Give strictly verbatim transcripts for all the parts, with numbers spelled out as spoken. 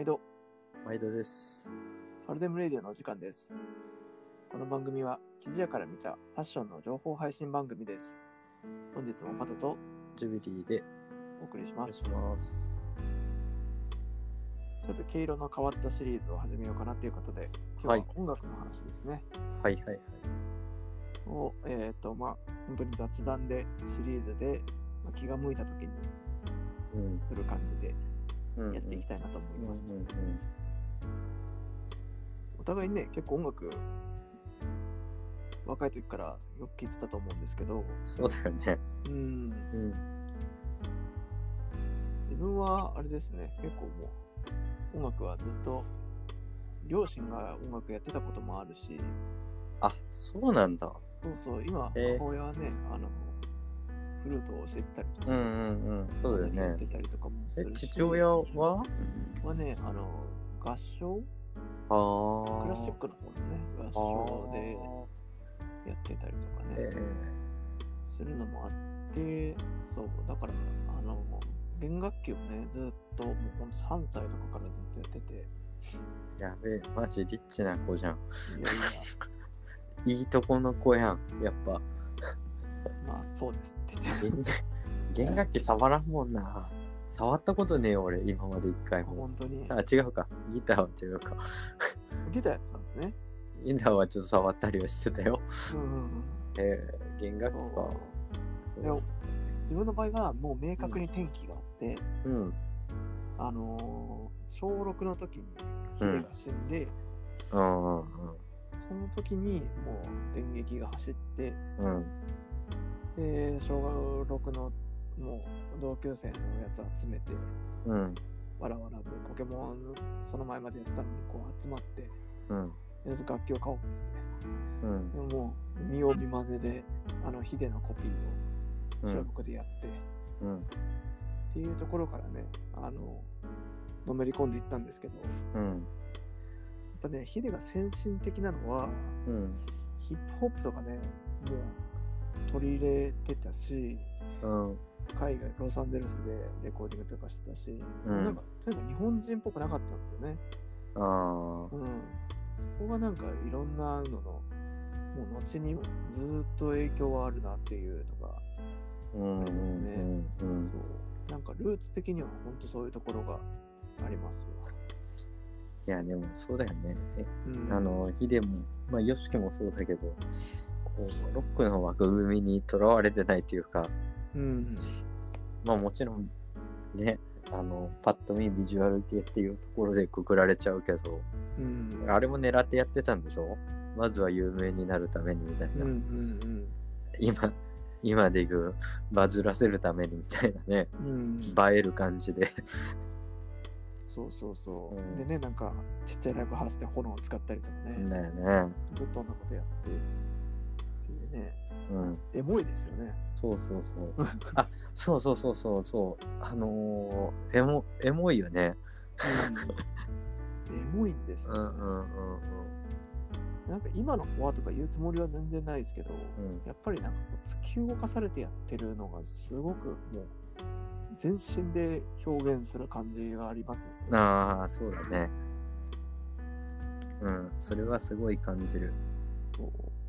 毎度、 毎度です。 ファルデムレディオのお時間です。この番組は記事屋から見たファッションの情報配信番組です。本日もパトとジュビリーでお送りします。 お願いします。 ちょっと毛色の変わったシリーズを始めようかなということで、今日は音楽の話ですね。 はいはいはい。 を、えっ、ー、と、まあ、本当に雑談でシリーズで、まあ、気が向いた時にする感じでやっていきたいなと思います。お互いね、結構音楽若い時からよく聴いてたと思うんですけど。 そうだよね。 うん。うん、自分はあれですね、結構もう音楽はずっと両親が音楽やってたこともあるし。 あ、そうなんだ。 そうそう、今、 えー、 母親はね、あのフルートを教えてたりとか、 うんうんうん、そうだよね。 やってたりとかもするし。 え、父親ははね、あの合唱、 あクラシックの方のね、合唱でやってたりとかね、えー、するのもあって、そうだからあの弦楽器をねずっともうほんとさんさいとかからずっとやってて。 やべえ、マジリッチな子じゃん。 いやいやいいとこの子やん、やっぱ。 まあそうですって言って弦楽器触らんもんな。触ったことねえよ俺今まで一回も。 本当に。 あ、違うか。ギターは違うか。 ギターやってたんですね。 ギターはちょっと触ったりはしてたよ。 うんうんうん。 えー、弦楽器か。 でも自分の場合はもう明確に転機があって、 うん、 あのー、しょうろくの時にヒデが死んで、 うんうんうん、 その時にもう電撃が走って、 うん、 で小ろくのもう同級生のやつ集めて、 うん、 わらわらポケモンその前までやってたのにこう集まって、 うん、 楽器を買おうっつって、 うん、 でももう見よう見まねであのヒデのコピーを小ろくでやって、うん、っていうところからね、あののめり込んでいったんですけど、うん、やっぱねヒデが先進的なのは、うん、ヒップホップとかねもう取り入れてたし、うん、海外ロサンゼルスでレコーディングとかしてたし、うん、なんかとにかく日本人っぽくなかったんですよね。あ、うん、そこがなんかいろんなののもう後にずっと影響はあるなっていうのがありますね。うんうんうん、そうなんかルーツ的には本当そういうところがありますよ。 いやでもそうだよね。うん、あのヒデもまあヨシキもそうだけど、こうロックの枠組みにとらわれてないというか、うん、まあもちろんね、あのパッと見ビジュアル系っていうところでくくられちゃうけど、うん、あれも狙ってやってたんでしょ？まずは有名になるためにみたいな、うんうんうん、今今で言うバズらせるためにみたいなね、うん、映える感じでそうそうそう、うん、でね、なんかちっちゃいライブハウスで炎を使ったりとかね、 だよね、 ぶっ飛んだことやってっていうね、うん、エモいですよね。 そうそうそうあ、そうそうそうそうそうあのー、エモエモいよね、 うん、エモいんですよ、ね、うんうんうんうん、なんか今の子はとか言うつもりは全然ないですけど、うん、やっぱりなんかこう突き動かされてやってるのがすごくもう全身で表現する感じがありますよね。 ああ、そうだね。うん、それはすごい感じる。そう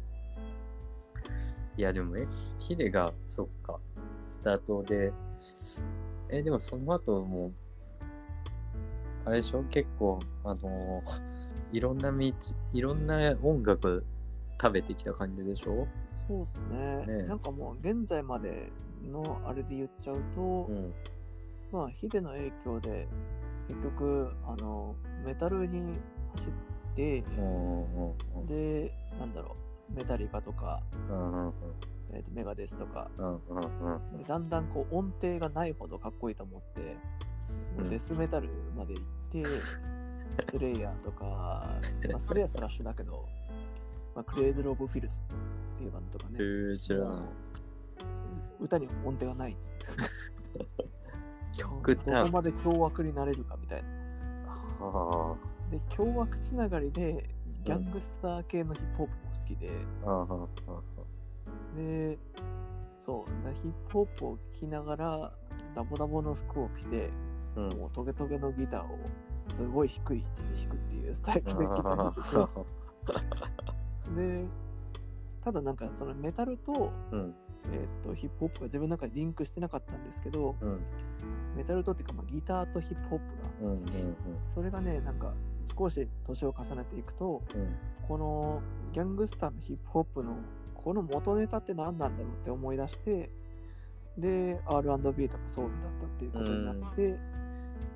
いやでもえヒデがそっかスタートでえでもその後もあれでしょ、結構あのー、いろんな道いろんな音楽食べてきた感じでしょ。 そうっすね。ね、なんかもう現在までのあれで言っちゃうと、うん、まあヒデの影響で結局あのメタルに走って、うんうん、でなんだろうメタリカとか、うんうんえー、とメガデスとか、うんうんうん、でだんだんこう音程がないほどかっこいいと思って、うん、デスメタルまで行って、スレイヤーとか、まあ、スレイヤースラッシュだけど、まあ、クレードル・オブ・フィルスっていうバンドとかね、 えー、知らない。 歌に音程がないんですよね。極端。どこまで凶悪になれるかみたいな。はあ、で凶悪つながりでギャングスター系のヒップホップも好きで、うん、でそうヒップホップを聴きながらダボダボの服を着て、うん、もうトゲトゲのギターをすごい低い位置で弾くっていうスタイルでギター弾いててでただなんかそのメタルと、うん、えー、とヒップホップが自分の中でリンクしてなかったんですけど、うん、メタルとっていうか、まあ、ギターとヒップホップが、うんうんうん、それがねなんか少し年を重ねていくと、うん、このギャングスターのヒップホップのこの元ネタって何なんだろうって思い出してで アールアンドビー とかソウルだったっていうことになって、うん、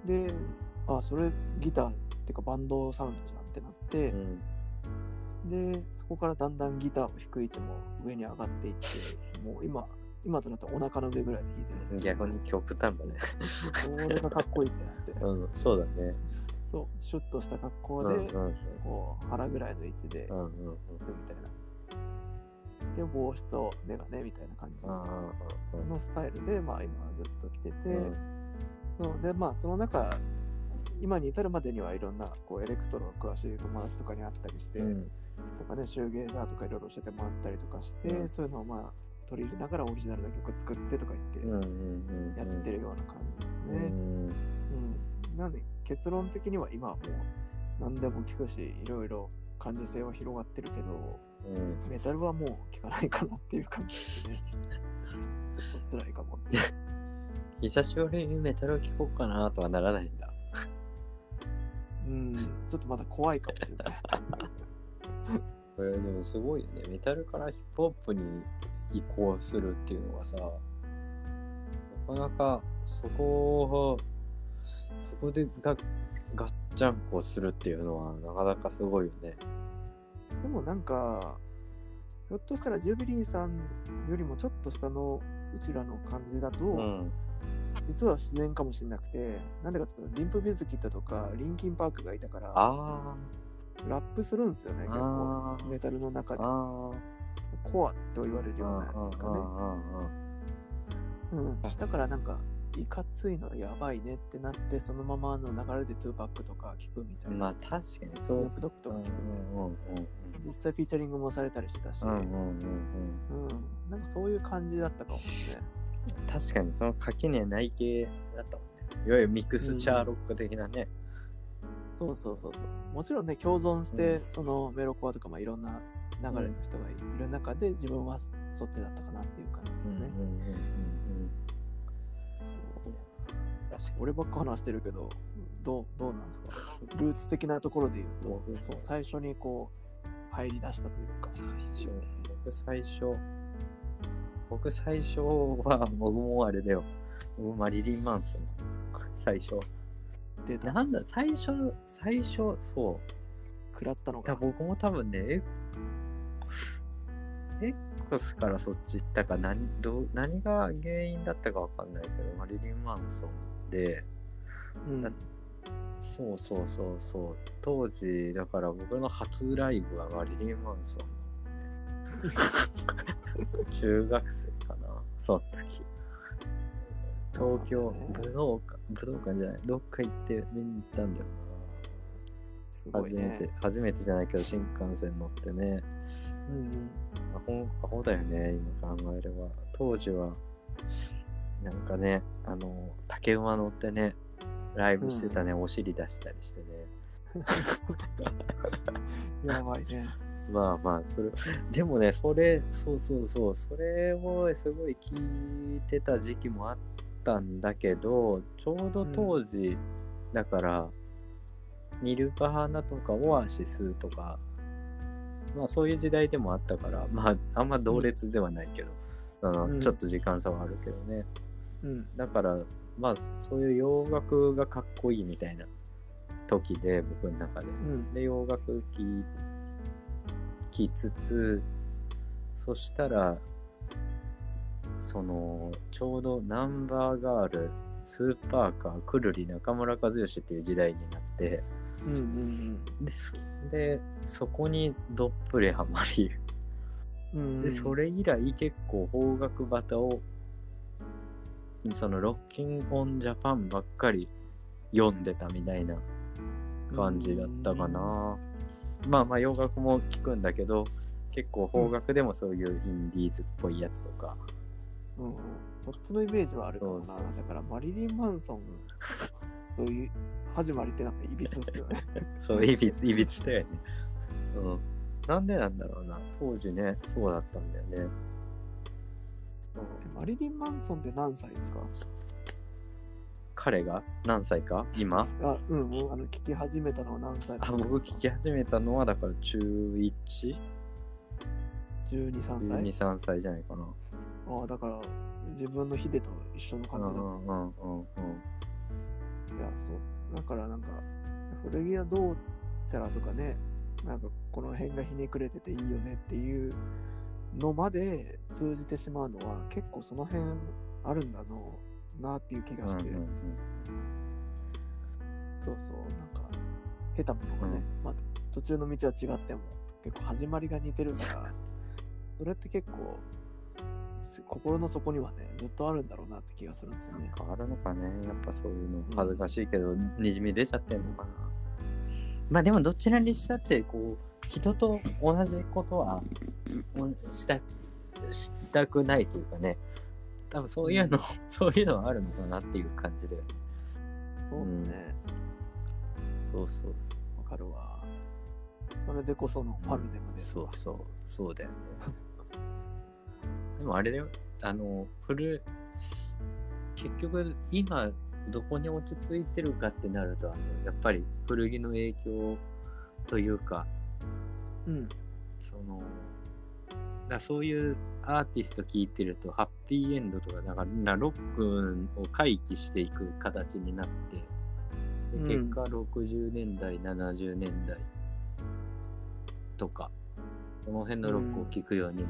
であそれギターっていうかバンドサウンドじゃんってなって、うん、でそこからだんだんギターを弾く位置も上に上がっていってもう今今となってお腹の上ぐらいで弾いてるんです。 逆に極端だねそれがかっこいいってなって、 うん、そうだね。 そうシュッとした格好で、うんうんうん、こう腹ぐらいの位置で、うんうんうん、みたいなで帽子とメガネみたいな感じのスタイルで、まあ、今はずっと着てて、うん、でまあその中今に至るまでにはいろんなこうエレクトロ詳しい友達とかに会ったりして、うん、とかねシューゲーザーとかいろいろ教えてもらったりとかして、うん、そういうのをまあ取り入れながらオリジナルの曲作ってとか言ってやってるような感じですね。うんうんうん、なんで結論的には今はもう何でも聞くしいろいろ感受性は広がってるけど、うん、メタルはもう聞かないかなっていう感じですね。ちょっと辛いかもって。 久しぶりにメタル聞こうかなとはならないんだ。 うん、ちょっとまだ怖いかもしれない。 これでもすごいよね。メタルからヒップホップに移行するっていうのがさ、なかなかそこをそこでがガッチャンコするっていうのはなかなかすごいよね。 でもなんかひょっとしたらジュビリーさんよりもちょっと下のうちらの感じだと、うん、実は自然かもしれなくて、なんでかというとリンプビズキットとかリンキンパークがいたからあラップするんですよね。結構メタルの中でコアと言われるようなやつですかね。うん、だからなんかいかついのやばいねってなってそのままの流れでツーパックとか聞くみたいな。 まあ確かにスヌープドッグとか聞くみたいな、うんうんうん、実際フィーチャリングもされたりしてたし、うんうんうんうんうん、なんかそういう感じだったかもね。 確かにその垣根ない系だったもんね。いわゆるミックスチャーロック的なね、 うん、そうそうそうそう。もちろんね共存して、うん、そのメロコアとかまあいろんな流れの人がいる中で、うん、自分はそっちだったかなっていう感じですね。うんうんうんうん俺ばっか話してるけどどうどうなんですか。ルーツ的なところで言うとそう最初にこう入り出したというか。 最初僕最初僕最初は僕もあれだよ。僕マリリン・マンソン最初でなんだ最初最初そう食らったのか。 僕も多分ね X からそっち行ったか 何, ど何が原因だったか分かんないけどマリリン・マンソンで、うん、そうそうそうそう当時だから僕の初ライブはマリリン・マンソンの中学生かなその時東京武道館武道館じゃないどっか行って見に行ったんだよな。すごいね、初めて初めてじゃないけど新幹線乗ってね、うんうん、アホアホだよね今考えれば。当時はなんかねあの竹馬乗ってねライブしてたね、うん、お尻出したりしてねやばいね。 まあまあそれでもねそれそうそうそうそれをすごい聞いてた時期もあったんだけどちょうど当時、うん、だからニルバーナとかオアシスとかまあそういう時代でもあったからまああんま同列ではないけど、うん、あの、うん、ちょっと時間差はあるけどね、うん、だからまあそういう洋楽がかっこいいみたいな時で僕の中で、うん、で洋楽聴きつつそしたらそのちょうどナンバーガールスーパーカーくるり中村和義っていう時代になってうんうんうん、で, そでそこにどっぷりハマり、うんうん、でそれ以来結構邦楽バタをそのロッキンオンジャパンばっかり読んでたみたいな感じだったかな、うん、まあまあ洋楽も聞くんだけど結構邦楽でもそういうインディーズっぽいやつとか、 うんうん、そっちのイメージはあるかもな。だからマリリン・マンソンという始まりってなんかいびつですよね。 そう、いびつ、いびつだよね。うん。なんでなんだろうな。当時ね、そうだったんだよね。 マリリン・マンソンって何歳ですか？ 彼が何歳か今？ あ、うん、あの聞き始めたのは何歳あ、僕聞き始めたのはだから中 いち？ じゅうに、さんさい ?じゅうに、さんさいじゃないかな。 ああ、だから自分のヒデと一緒の感じだった。うんうんうんうん。いや、そう。だからなんか、古着はどうちゃらとかね、なんかこの辺がひねくれてていいよねっていうのまで通じてしまうのは結構その辺あるんだろうなっていう気がして、うんうんうん、そうそう、なんか下手ものがね、うん、まあ途中の道は違っても結構始まりが似てるからそれって結構心の底にはねずっとあるんだろうなって気がするんですよね。 なんかあるのかね、やっぱそういうの恥ずかしいけど、うん、にじみ出ちゃってんのかな。まあでもどちらにしたってこう人と同じことはしたしたくないというかね、多分そういうの、うん、そういうのはあるのかなっていう感じで。 そうですね、 うん、そうそうそう、 わかるわ。それでこそのファルネムです。 そうそうそうだよね。でもあれだよ、あのフル結局今どこに落ち着いてるかってなると、あのやっぱり古着の影響というか、 うん、 そのだそういうアーティスト聴いてるとハッピーエンドとかだからロックを回帰していく形になって、で結果ろくじゅうねんだい、うん、ななじゅうねんだいとかその辺のロックを聴くようになって、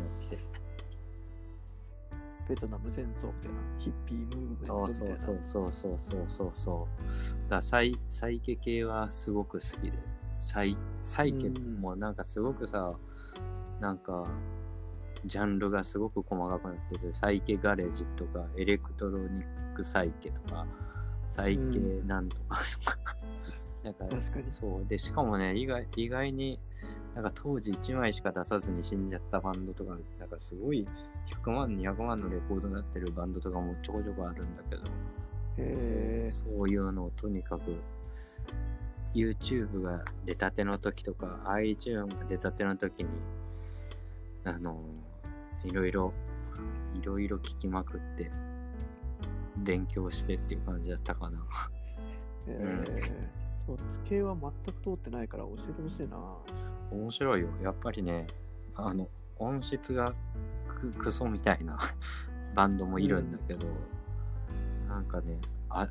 ベトナム戦争みたいなヒッピームーブメントみたいな。 そうそうそうそうそうそうだサイサイケ系はすごく好きで、サイサイケもなんかすごくさ、うん、なんかジャンルがすごく細かくなってて、サイケガレージとかエレクトロニックサイケとかサイケなんとかとか、うん、か確かにそうで、しかもね意外意外になんか当時いちまいしか出さずに死んじゃったバンドとか、なんかすごいひゃくまんにひゃくまんのレコードになってるバンドとかもちょこちょこあるんだけど、 へー、 そういうのをとにかく YouTube が出たての時とか iTunes が出たての時にあのいろいろいろいろ聞きまくって勉強してっていう感じだったかな。 へー、うん、そっち系は全く通ってないから教えてほしいな。 面白いよ、やっぱりね。あの音質が ク, クソみたいなバンドもいるんだけど、うん、なんかね、あ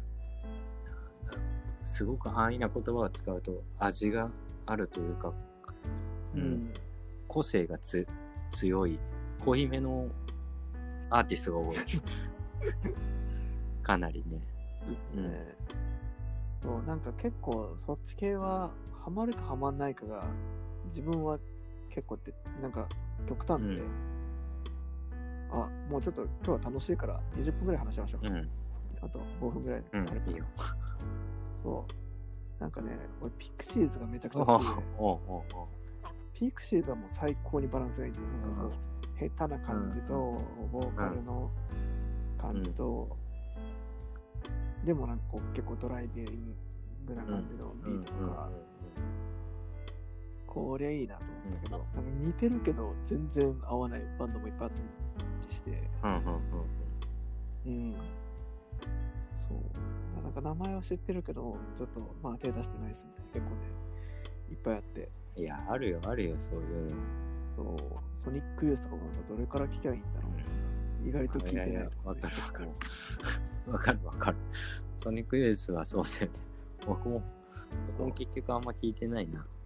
すごく安易な言葉を使うと味があるというか、うんうん、個性がつ強い濃いめのアーティストが多いかなりね。 ですね、うん、そうなんか結構そっち系はハマるかハマんないかが自分は結構ってなんか極端で、うん、あもうちょっと今日は楽しいからにじゅっぷんぐらい話しましょう、うん、あとごふんぐらいあれば、 うん、いいよ。 そうなんかね、俺ピクシーズがめちゃくちゃ好きで、おうおうおう、ピクシーズはもう最高にバランスがいいんですよ。なんかこう下手な感じとボーカルの感じと、うん、でもなんかこう結構ドライビングな感じのビートとか、こりゃいいなと思ったけど、なんか似てるけど全然合わないバンドもいっぱいあったりして、うん、そうなんか名前は知ってるけどちょっとまあ手出してないですみたいな結構ねいっぱいあって、 いやあるよあるよそういうそうソニックユースとかもなんかどれから聞けばいいんだろう、意外と聞いてないとか、 ね、いやいやわかるわかるわかるわかる。ソニックユースはそうだよね。僕も僕も結局あんま聞いてないな。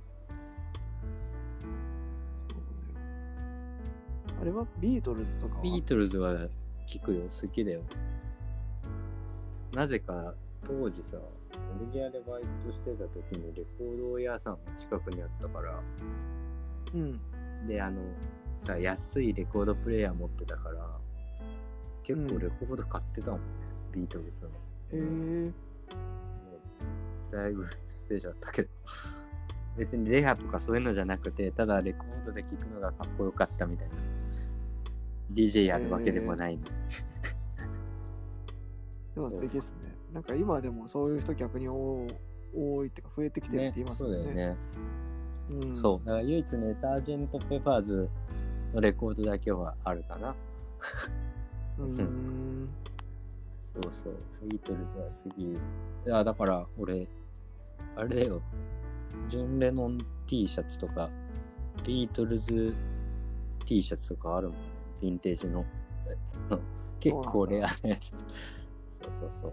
あれはビートルズとかは？ ビートルズは聞くよ、好きだよ。なぜか当時さ、オルギアでバイトしてた時にレコード屋さんも近くにあったから、 うん。 で、あのさ、安いレコードプレイヤー持ってたから、結構レコード買ってたもんね、うん、ビートルズの。へえ。もうだいぶ捨てちゃったけど。別にレアとかそういうのじゃなくて、ただレコードで聴くのがかっこよかったみたいな。ディージェー やるわけでもないの。 でも素敵ですね。なんか今でもそういう人逆に多多いっていうか増えてきてるって言いますよね。 ね、そうだよね。 うん、 そう。だから唯一ね、サージェント・ペパーズのレコードだけはあるかな。 うーん。 そうそう。ビートルズはすげえ。いや、だから俺、あれだよ。ジョン・レノン T シャツとか、ビートルズ T シャツとかあるもんね。ヴィンテージの。結構レアなやつ。そうそうそう。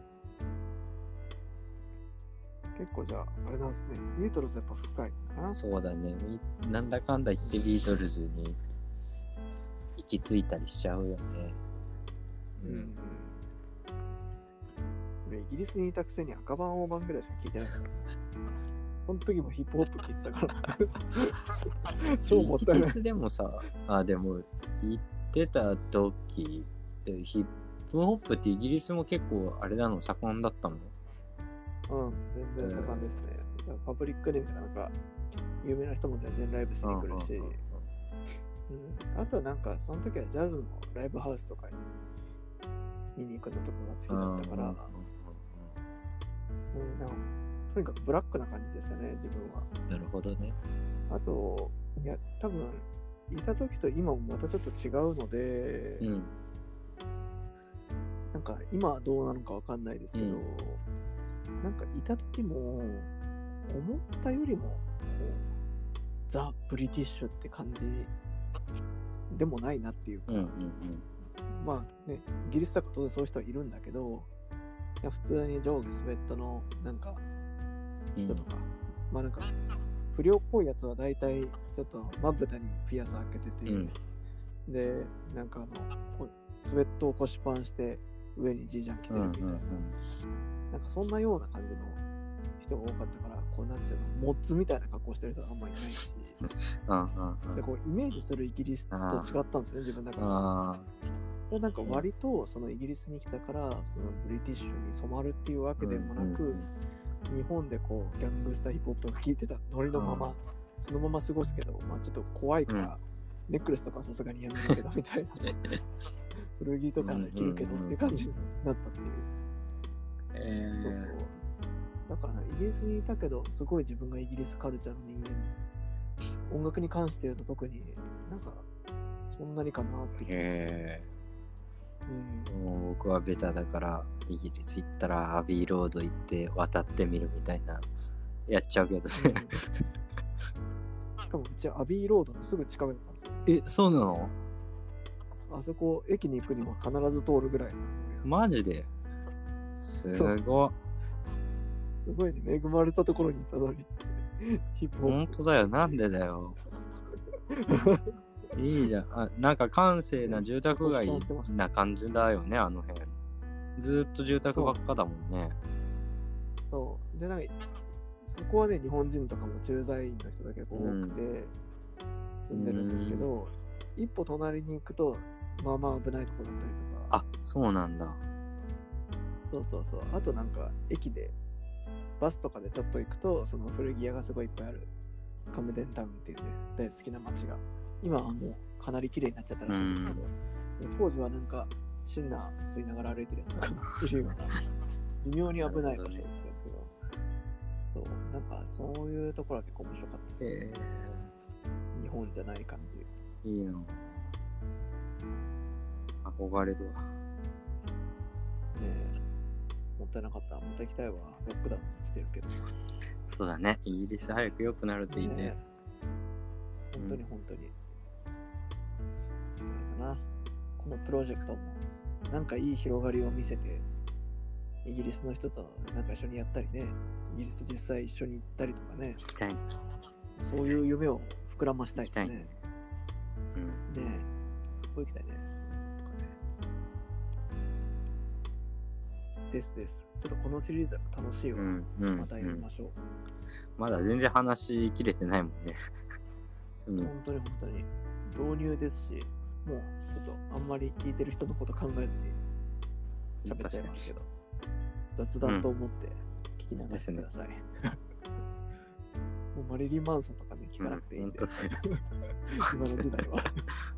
結構じゃあ、あれなんですね。ビートルズやっぱ深いかな。 そうだね。なんだかんだ言ってビートルズに行き着いたりしちゃうよね。 うん。うん、俺、イギリスにいたくせに赤版大版ぐらいしか聞いてないから。その時もヒップホップ聞いてたから。超もったいない。イギリスでもさ、あ、でも、行ってた時、ヒップホップってイギリスも結構あれなの盛んだったの？ うん、全然盛んですね。えー、パブリックでなんか有名な人も全然ライブしに来るし、うん、あとはなんかその時はジャズのライブハウスとかに見に行くのとかが好きだったから、うん、なんかとにかくブラックな感じでしたね、自分は。 なるほどね。 あと、いや、多分いた時と今もまたちょっと違うので、うん、なんか今はどうなのかわかんないですけど、うん、なんかいた時も思ったよりもこうザ・ブリティッシュって感じでもないなっていうか、うんうんうん、まあね、イギリスだから当然そういう人はいるんだけど、いや普通に上下スウェットのなんか人とか、うん、まあなんか不良っぽいやつは大体ちょっとまぶたにピアス開けてて、うん、でなんかあのスウェットを腰パンして上にジージャン着てるみたいな、うんうんうん、なんかそんなような感じの人が多かったから、こうなんていうの、モッツみたいな格好してる人はあんまりいないし、でこうイメージするイギリスと違ったんですよね、自分だから。でなんか割とそのイギリスに来たからそのブリティッシュに染まるっていうわけでもなく、うんうんうん、日本でこうギャングスターヒップホップとか聴いてたノリのままそのまま過ごすけど、まあちょっと怖いから、うん、ネックレスとかさすがにやめるけどみたいな古着とか着るけどっていう感じになったっていう、えー、そうそう。だから、ね、イギリスにいたけどすごい自分がイギリスカルチャーの人間で音楽に関して言うと特になんかそんなにかなって気がする、えーうん、もう僕はベタだからイギリス行ったらアビーロード行って渡ってみるみたいなやっちゃうけどね、うん、 しかもうちはアビーロードのすぐ近くだったんですよ。 え、そうなの？ あそこ駅に行くにも必ず通るぐらいな。 マジで？すごい。 すごいね、恵まれたところにいたのにヒップホップ。 本当だよ、なんでだよ。いいじゃん。あ、なんか閑静な住宅街な感じだよね、あの辺。ずーっと住宅ばっかだもんね。 そう。で、なんか、そこはね、日本人とかも駐在員の人だけ多くて住んでるんですけど、うん、一歩隣に行くと、まあまあ危ないとこだったりとか。 あ、そうなんだ。 そうそうそう。あとなんか、駅で、バスとかでちょっと行くと、その古着屋がすごいいっぱいあるカムデンタウンっていうね、大好きな街が。今はもうかなり綺麗になっちゃったらしいんですけど、当時はなんかシンナー吸いながら歩いてるやつとかいるような、微妙に危ない場所だったんですけど、そう、なんかそういうところは結構面白かったですね。えー、日本じゃない感じ。 いいな。憧れるわ。ねえ、もったいなかった。また行きたいわ。ロックダウンしてるけど。 そうだね。イギリス早く良くなるといいね。ね、 本当に本当に。うん、かな。このプロジェクトもなんかいい広がりを見せて、イギリスの人となんか一緒にやったりね、イギリス実際一緒に行ったりとかね。 行きたい。 そういう夢を膨らましたいですね。うん。ねえ、すごい行きたいね。とかね。ですです。ちょっとこのシリーズは楽しいわ。うんうん、またやりましょう、うん。 まだ全然話しきれてないもんね。 うん、本当に本当に。導入ですし、もうちょっとあんまり聞いてる人のこと考えずに喋っちゃいますけど、雑談と思って聞き流してください。うんね、もうマリリン・マンソンとかね、聞かなくていいんで、うん、今の時代は。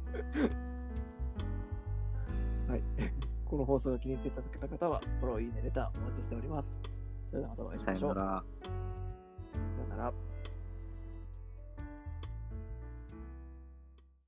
はい。この放送が気に入っていただけた方は、フォロー、いいね、レターお待ちしております。それではまたお会いしましょう。 さよなら。 ら。